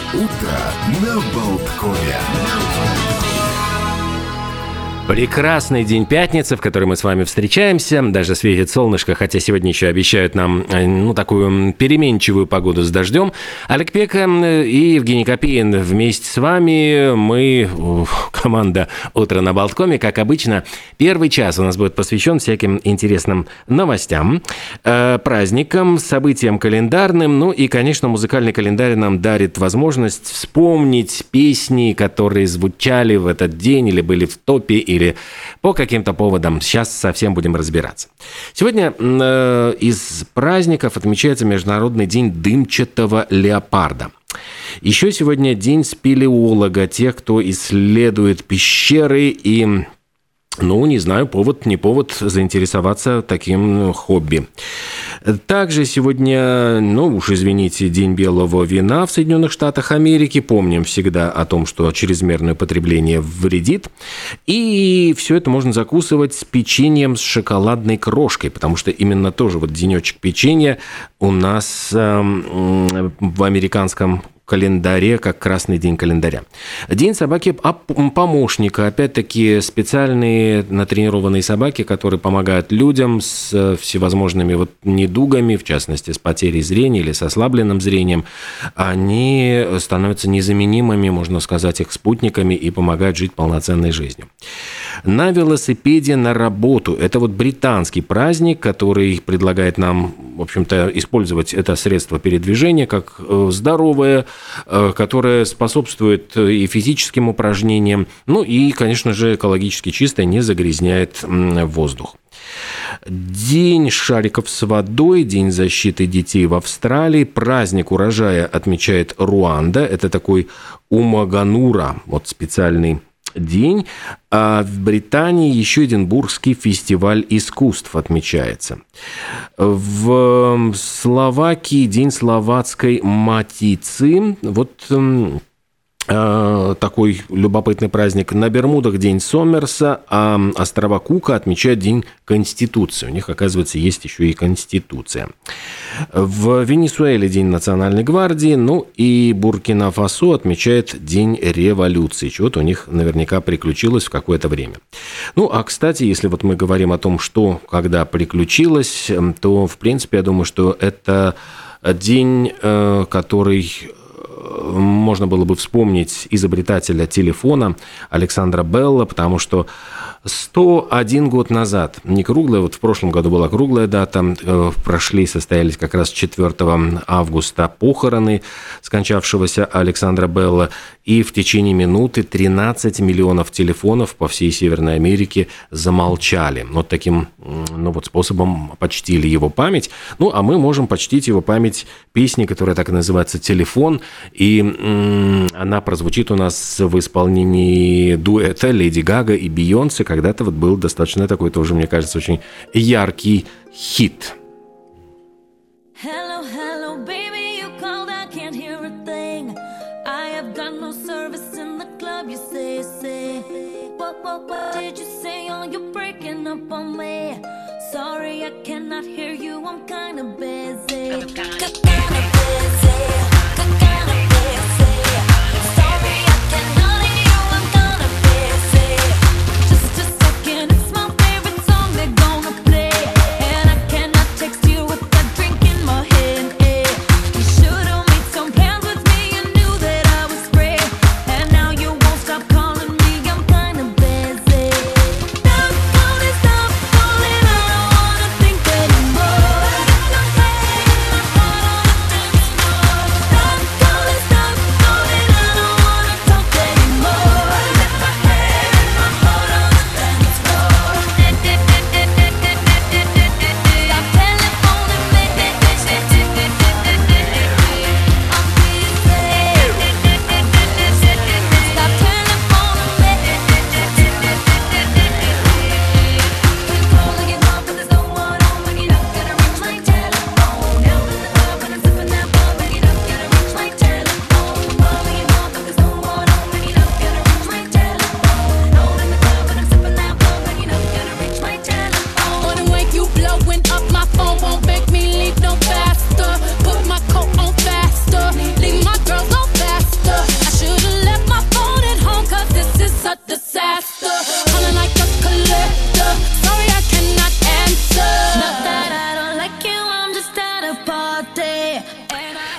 Утро на Болткове. Прекрасный день пятницы, в который мы с вами встречаемся. Даже светит солнышко, хотя сегодня еще обещают нам такую переменчивую погоду с дождем. Олег Пека и Евгений Копеин вместе с вами. Мы, команда «Утро на Болткоме», как обычно. Первый час у нас будет посвящен всяким интересным новостям, праздникам, событиям календарным. Ну и, конечно, музыкальный календарь нам дарит возможность вспомнить песни, которые звучали в этот день или были в топе, или по каким-то поводам. Сейчас совсем будем разбираться. Сегодня из праздников отмечается Международный день дымчатого леопарда. Еще сегодня день спелеолога, тех, кто исследует пещеры и... не знаю, повод, не повод заинтересоваться таким хобби. Также сегодня, уж извините, День белого вина в Соединенных Штатах Америки. Помним всегда о том, что чрезмерное потребление вредит. И все это можно закусывать с печеньем с шоколадной крошкой, потому что именно тоже денечек печенья у нас в американском календаре, как красный день календаря. День собаки-помощника. Опять-таки специальные натренированные собаки, которые помогают людям с всевозможными недугами, в частности, с потерей зрения или с ослабленным зрением. Они становятся незаменимыми, можно сказать, их спутниками и помогают жить полноценной жизнью. На велосипеде на работу. Это британский праздник, который предлагает нам, в общем-то, использовать это средство передвижения как здоровое, которое способствует и физическим упражнениям, и, конечно же, экологически чистое, не загрязняет воздух. День шариков с водой, День защиты детей в Австралии, праздник урожая отмечает Руанда, это такой Умаганура, специальный день. А в Британии еще Эдинбургский фестиваль искусств отмечается. В Словакии День словацкой матицы. Такой любопытный праздник. На Бермудах День Сомерса, а острова Кука отмечают День Конституции. У них, оказывается, есть еще и Конституция. В Венесуэле День Национальной гвардии, и Буркина-Фасо отмечает День революции. Чего-то у них наверняка приключилось в какое-то время. Кстати, если мы говорим о том, что когда приключилось, то, в принципе, я думаю, что это день, который... можно было бы вспомнить изобретателя телефона Александра Белла, потому что 101 год назад, не круглая, в прошлом году была круглая дата, состоялись как раз 4 августа похороны скончавшегося Александра Белла, и в течение минуты 13 миллионов телефонов по всей Северной Америке замолчали. Таким способом почтили его память. А мы можем почтить его память песни, которая так и называется «Телефон», и она прозвучит у нас в исполнении дуэта Леди Гага и Бейонсе. Когда-то был достаточно такой тоже, мне кажется, очень яркий хит. Hello, hello, baby, you called, I can't hear a thing. I have got no service in the club, you say. What did you say? Oh, you're breaking up on me. Sorry, I cannot hear you, I'm kinda busy.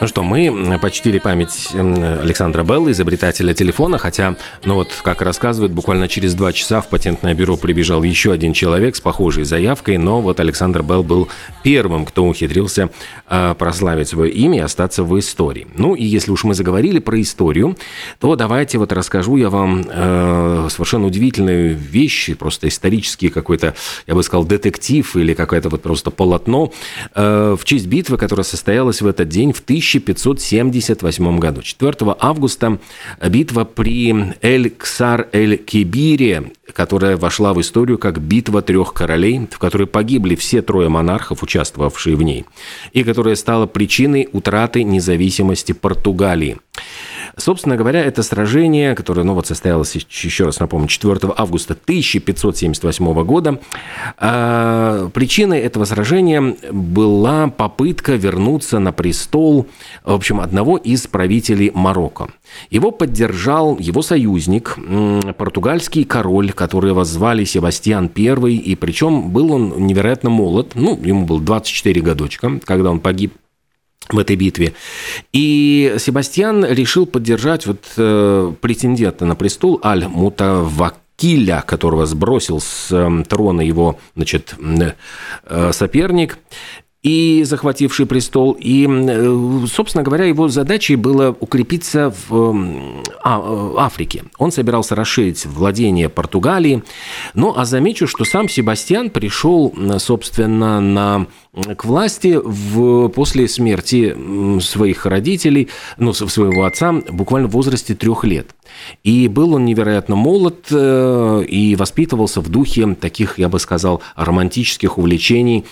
Ну что, мы почтили память Александра Белла, изобретателя телефона, хотя, ну вот, как рассказывают, буквально через 2 часа в патентное бюро прибежал еще один человек с похожей заявкой, но вот Александр Белл был первым, кто ухитрился прославить свое имя и остаться в истории. Ну и если уж мы заговорили про историю, то давайте вот расскажу я вам совершенно удивительные вещи, просто исторический какой-то, я бы сказал, детектив или какое-то вот просто полотно в честь битвы, которая состоялась в этот день в 1578 году. 4 августа битва при Эль-Ксар-эль-Кибире, которая вошла в историю как битва 3 королей, в которой погибли все 3 монархов, участвовавшие в ней, и которая стала причиной утраты независимости Португалии. Собственно говоря, это сражение, которое, ну, вот состоялось, еще раз напомню, 4 августа 1578 года. Причиной этого сражения была попытка вернуться на престол, в общем, одного из правителей Марокко. Его поддержал его союзник, португальский король, которого звали Себастьян I, и причем был он невероятно молод, ну, ему было 24 годочка, когда он погиб в этой битве. И Себастьян решил поддержать вот претендента на престол Аль-Мутаваккиля, которого сбросил с трона его, значит, соперник и захвативший престол. И, собственно говоря, его задачей было укрепиться в Африке. Он собирался расширить владение Португалии. Ну, а замечу, что сам Себастьян пришел, собственно, к власти после смерти своих родителей, ну, своего отца, буквально в возрасте 3 лет. И был он невероятно молод и воспитывался в духе таких, я бы сказал, романтических увлечений,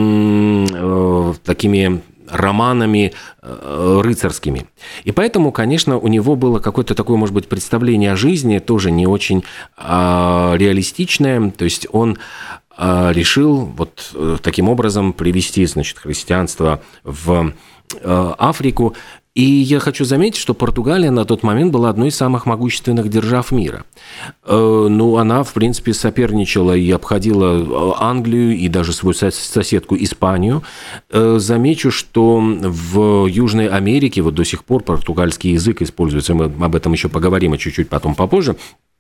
такими романами рыцарскими. И поэтому, конечно, у него было какое-то такое, может быть, представление о жизни, тоже не очень реалистичное. То есть он решил вот таким образом привести, значит, христианство в Африку. И я хочу заметить, что Португалия на тот момент была одной из самых могущественных держав мира. Ну, она, в принципе, соперничала и обходила Англию и даже свою соседку Испанию. Замечу, что в Южной Америке вот до сих пор португальский язык используется. Мы об этом еще поговорим чуть-чуть потом попозже.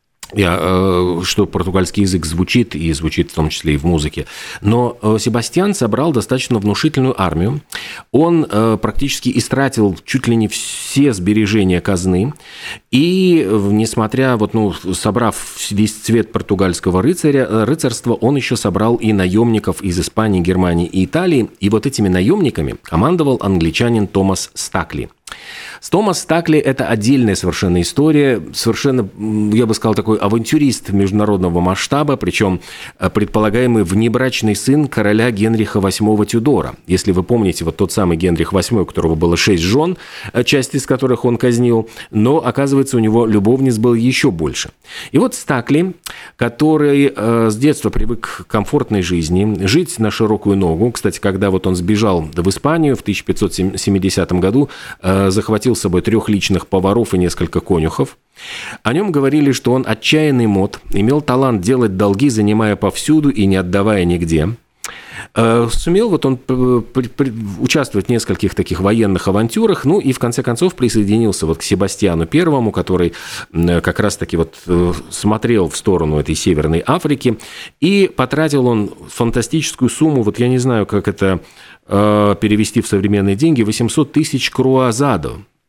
Что португальский язык звучит, и звучит в том числе и в музыке. Но Себастьян собрал достаточно внушительную армию. Он практически истратил чуть ли не все сбережения казны. И, несмотря, вот, ну, собрав весь цвет португальского рыцарства, он еще собрал и наемников из Испании, Германии и Италии. И вот этими наемниками командовал англичанин Томас Стакли. Томас Стакли – это отдельная совершенно история, совершенно, я бы сказал, такой авантюрист международного масштаба, причем предполагаемый внебрачный сын короля Генриха VIII Тюдора. Если вы помните, вот тот самый Генрих VIII, у которого было 6 жен, часть из которых он казнил, но, оказывается, у него любовниц было еще больше. И вот Стакли, который с детства привык к комфортной жизни, жить на широкую ногу, кстати, когда вот он сбежал в Испанию в 1570 году, захватил с собой 3 личных поваров и несколько конюхов. О нем говорили, что он отчаянный мот, имел талант делать долги, занимая повсюду и не отдавая нигде. Сумел вот он участвовать в нескольких таких военных авантюрах, ну и в конце концов присоединился вот к Себастьяну I, который как раз-таки вот смотрел в сторону этой Северной Африки, и потратил он фантастическую сумму, вот я не знаю, как это перевести в современные деньги, 800 тысяч круазадо.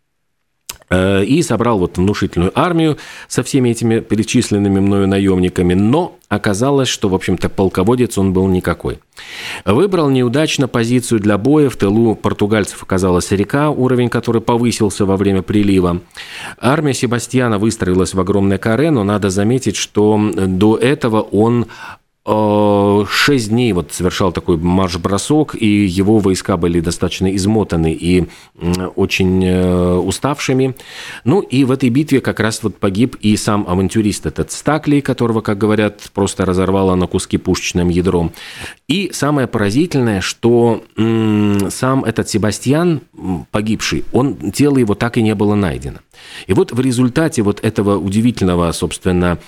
И собрал вот внушительную армию со всеми этими перечисленными мною наемниками, но оказалось, что, в общем-то, полководец он был никакой. Выбрал неудачно позицию для боя, в тылу португальцев оказалась река, уровень которой повысился во время прилива. Армия Себастьяна выстроилась в огромное каре, но надо заметить, что до этого он 6 дней вот совершал такой марш-бросок, и его войска были достаточно измотаны и очень уставшими. Ну и в этой битве как раз вот погиб и сам авантюрист этот Стакли, которого, как говорят, просто разорвало на куски пушечным ядром. И самое поразительное, что сам этот Себастьян, погибший, тело его так и не было найдено. И вот в результате вот этого удивительного, собственно,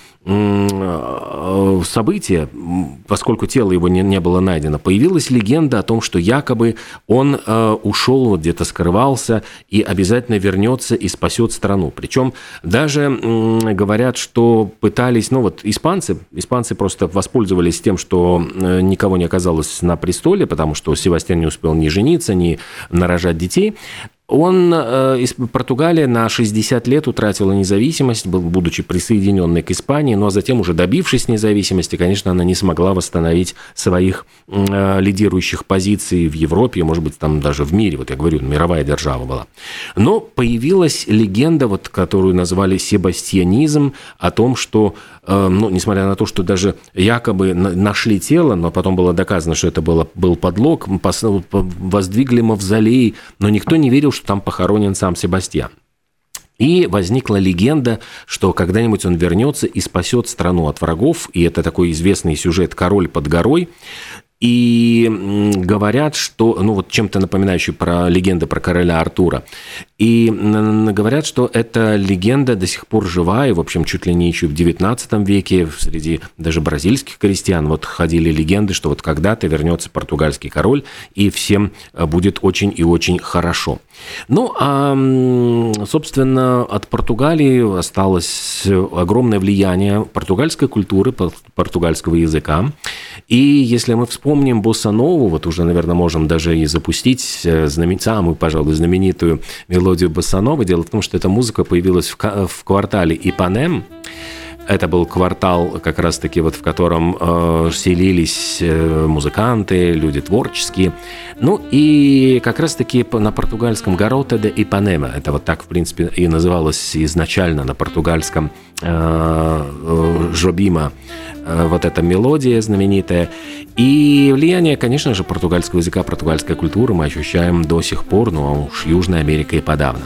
события, поскольку тело его не было найдено, появилась легенда о том, что якобы он ушел, вот где-то скрывался и обязательно вернется и спасет страну. Причем даже говорят, что пытались, испанцы просто воспользовались тем, что никого не оказалось на престоле, потому что Севастьян не успел ни жениться, ни нарожать детей. Португалия на 60 лет утратила независимость, будучи присоединенной к Испании, но затем, уже добившись независимости, конечно, она не смогла восстановить своих лидирующих позиций в Европе, может быть, там даже в мире, вот я говорю, мировая держава была. Но появилась легенда, которую назвали себастьянизм, о том, что, несмотря на то, что даже якобы нашли тело, но потом было доказано, что это был подлог, воздвигли мавзолей, но никто не верил, что там похоронен сам Себастьян. И возникла легенда, что когда-нибудь он вернется и спасет страну от врагов, и это такой известный сюжет «Король под горой». И говорят, что, чем-то напоминающий про легенды про короля Артура. И говорят, что эта легенда до сих пор жива, и, в общем, чуть ли не еще в XIX веке среди даже бразильских крестьян ходили легенды, что когда-то вернется португальский король, и всем будет очень и очень хорошо. Собственно, от Португалии осталось огромное влияние португальской культуры, португальского языка. И если мы вспомним босса-нову, уже, наверное, можем даже и запустить самую, пожалуй, знаменитую мелодию босса-новы. Дело в том, что эта музыка появилась в квартале Ипанем. Это был квартал, как раз-таки, в котором селились музыканты, люди творческие. И как раз-таки на португальском «Гарота де Ипанема». Это так, в принципе, и называлось изначально на португальском «Жобима». Эта мелодия знаменитая. И влияние, конечно же, португальского языка, португальской культуры мы ощущаем до сих пор, уж Южная Америка и подавно.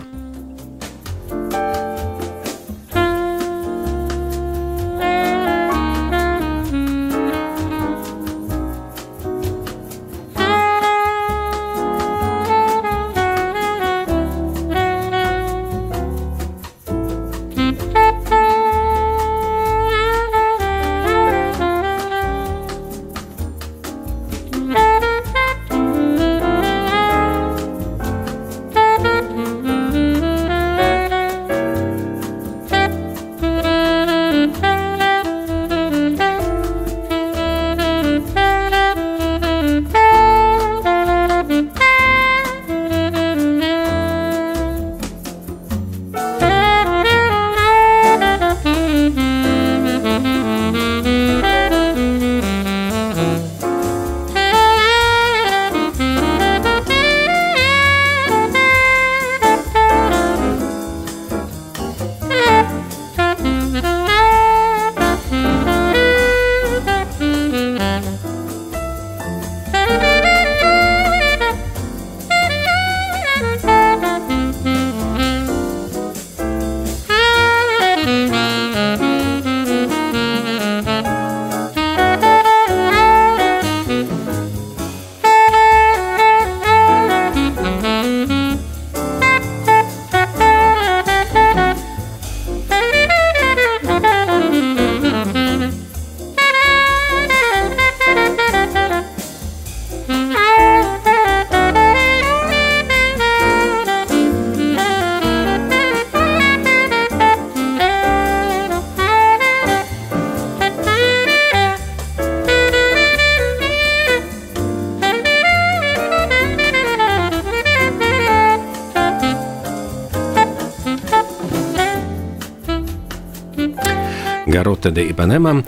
«Гарота де Ипанема»,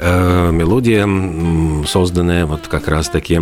мелодия, созданная как раз-таки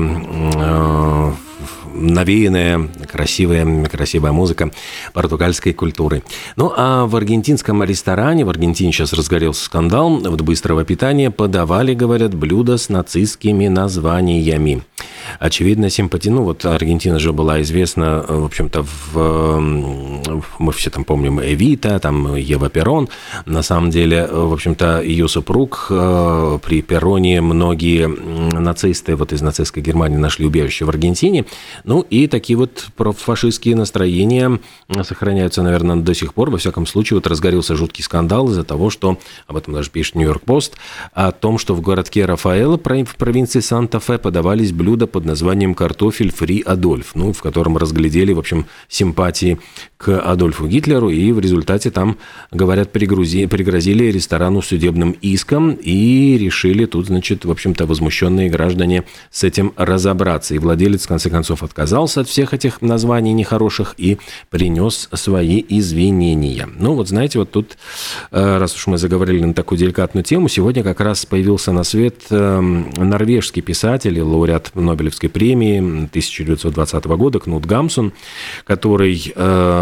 навеянная, красивая музыка португальской культуры. А в аргентинском ресторане, в Аргентине сейчас разгорелся скандал, быстрого питания подавали, говорят, блюда с нацистскими названиями. очевидно, симпатия. Вот Аргентина же была известна, в общем-то, мы все там помним Эвита, там Ева Перрон. На самом деле, в общем-то, ее супруг при Перроне многие нацисты вот из нацистской Германии нашли убежище в Аргентине. Ну, и такие вот профашистские настроения сохраняются, наверное, до сих пор. Во всяком случае, вот разгорелся жуткий скандал из-за того, что, об этом даже пишет Нью-Йорк Пост, о том, что в городке Рафаэлло в провинции Санта-Фе подавались блюда под названием «Картофель фри Адольф», ну, в котором разглядели, в общем, симпатии к Адольфу Гитлеру, и в результате там, говорят, пригрозили ресторану судебным иском и решили тут, значит, в общем-то, возмущенные граждане с этим разобраться. И владелец, в конце концов, отказался от всех этих названий нехороших и принес свои извинения. Ну, вот знаете, вот тут, раз уж мы заговорили на такую деликатную тему, сегодня как раз появился на свет норвежский писатель и лауреат Нобелевской премии 1920 года Кнут Гамсун, который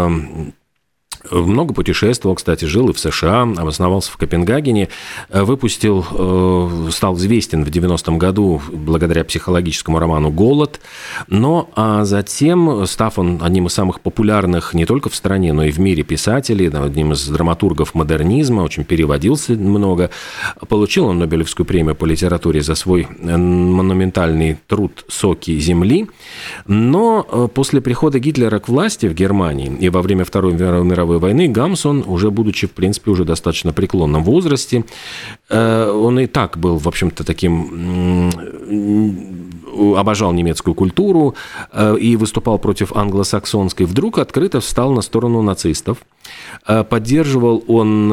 много путешествовал, кстати, жил и в США, обосновался в Копенгагене, стал известен в 90-м году благодаря психологическому роману «Голод», но затем, став он одним из самых популярных не только в стране, но и в мире писателей, одним из драматургов модернизма, очень переводился много, получил он Нобелевскую премию по литературе за свой монументальный труд «Соки земли», но после прихода Гитлера к власти в Германии и во время Второй мировой войны Гамсун, уже будучи, в принципе, уже достаточно преклонном возрасте, он и так был, в общем-то, таким... обожал немецкую культуру и выступал против англосаксонской, вдруг открыто встал на сторону нацистов. Поддерживал он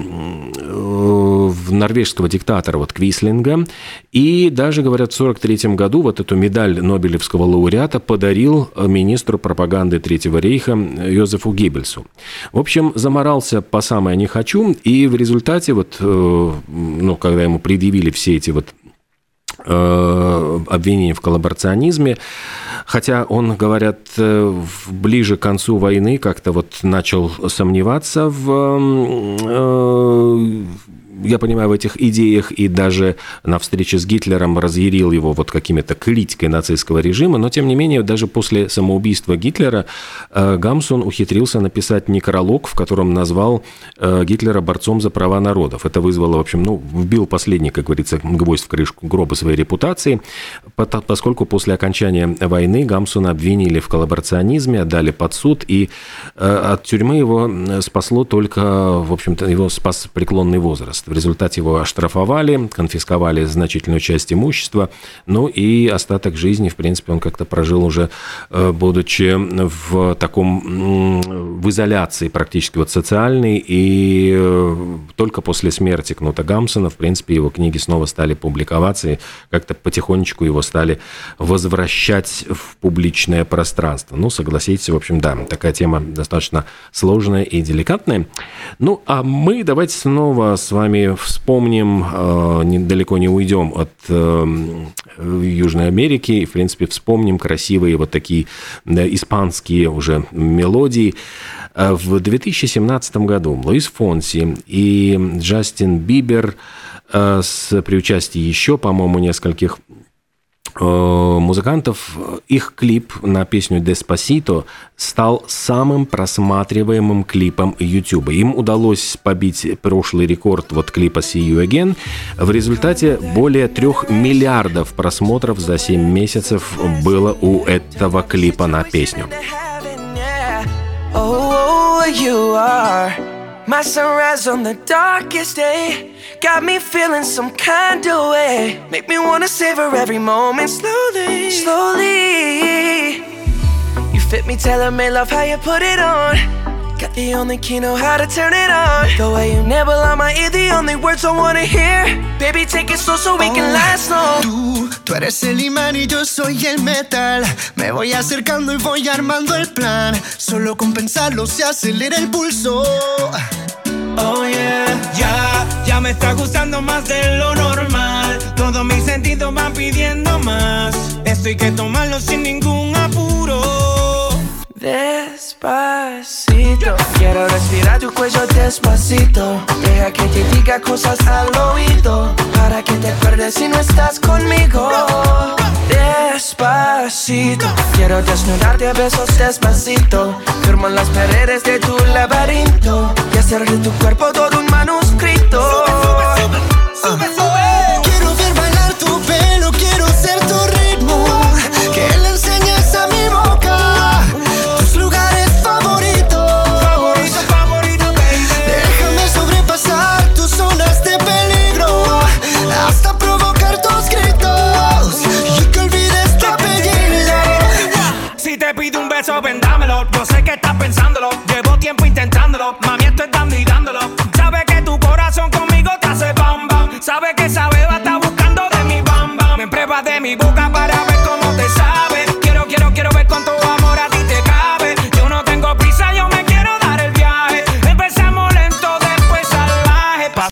норвежского диктатора вот Квислинга и даже, говорят, в 1943 году вот эту медаль Нобелевского лауреата подарил министру пропаганды Третьего рейха Йозефу Геббельсу. В общем, заморался по самое не хочу, и в результате, вот, когда ему предъявили все эти вот обвинения в коллаборационизме, хотя он, говорят, ближе к концу войны как-то вот начал сомневаться я понимаю, в этих идеях, и даже на встрече с Гитлером разъярил его вот какими-то критикой нацистского режима, но, тем не менее, даже после самоубийства Гитлера Гамсун ухитрился написать некролог, в котором назвал Гитлера борцом за права народов. Это вызвало, в общем, вбил последний, как говорится, гвоздь в крышку гроба своей репутации, поскольку после окончания войны Гамсуна обвинили в коллаборационизме, отдали под суд, и от тюрьмы его спасло только, в общем-то, его спас преклонный возраст. В результате его оштрафовали, конфисковали значительную часть имущества, и остаток жизни, в принципе, он как-то прожил уже, будучи в изоляции практически вот социальной, и только после смерти Кнута Гамсуна, в принципе, его книги снова стали публиковаться, и как-то потихонечку его стали возвращать в публичное пространство. Согласитесь, в общем, да, такая тема достаточно сложная и деликатная. А мы давайте снова с вами вспомним, далеко не уйдем от Южной Америки, и, в принципе, вспомним красивые вот такие испанские уже мелодии. В 2017 году Луис Фонси и Джастин Бибер при участии еще, по-моему, нескольких музыкантов, их клип на песню «Деспасито» стал самым просматриваемым клипом YouTube. Им удалось побить прошлый рекорд клипа «See You Again». В результате более 3 миллиардов просмотров за 7 месяцев было у этого клипа на песню. My sunrise on the darkest day got me feeling some kind of way. Make me wanna savor every moment slowly, slowly. You fit me, tailor-made, love how you put it on. Got the only key, know how to turn it on. The way you nibble on my ear, the only words I wanna hear. Baby, take it slow so we can last long. Tú eres el imán y yo soy el metal. Me voy acercando y voy armando el plan. Solo con pensarlo se acelera el pulso. Oh yeah, ya me está gustando más de lo normal. Todos mis sentidos van pidiendo más. Esto hay que tomarlo sin ningún apuro. Despacito, quiero respirar tu cuello despacito. Deja que te diga cosas al oído, para que te acuerdes si no estás conmigo. Despacito. despacito. Quiero desnudarte a besos despacito. Firmo en las paredes de tu laberinto y hacer de tu cuerpo todo un manuscrito. Sube, sube. Quiero ver bailar tu pelo, quiero ser tu ritmo. Que le enseñes a mi boca tus lugares favoritos. Favorito, baby. Déjame sobrepasar tus zonas de peligro hasta provocar tus gritos y que olvides tu apellido. Si te pido un beso, ven dámelo. Yo sé que estás pensándolo. Llevo tiempo intentándolo. Mami, esto es dando y dándolo.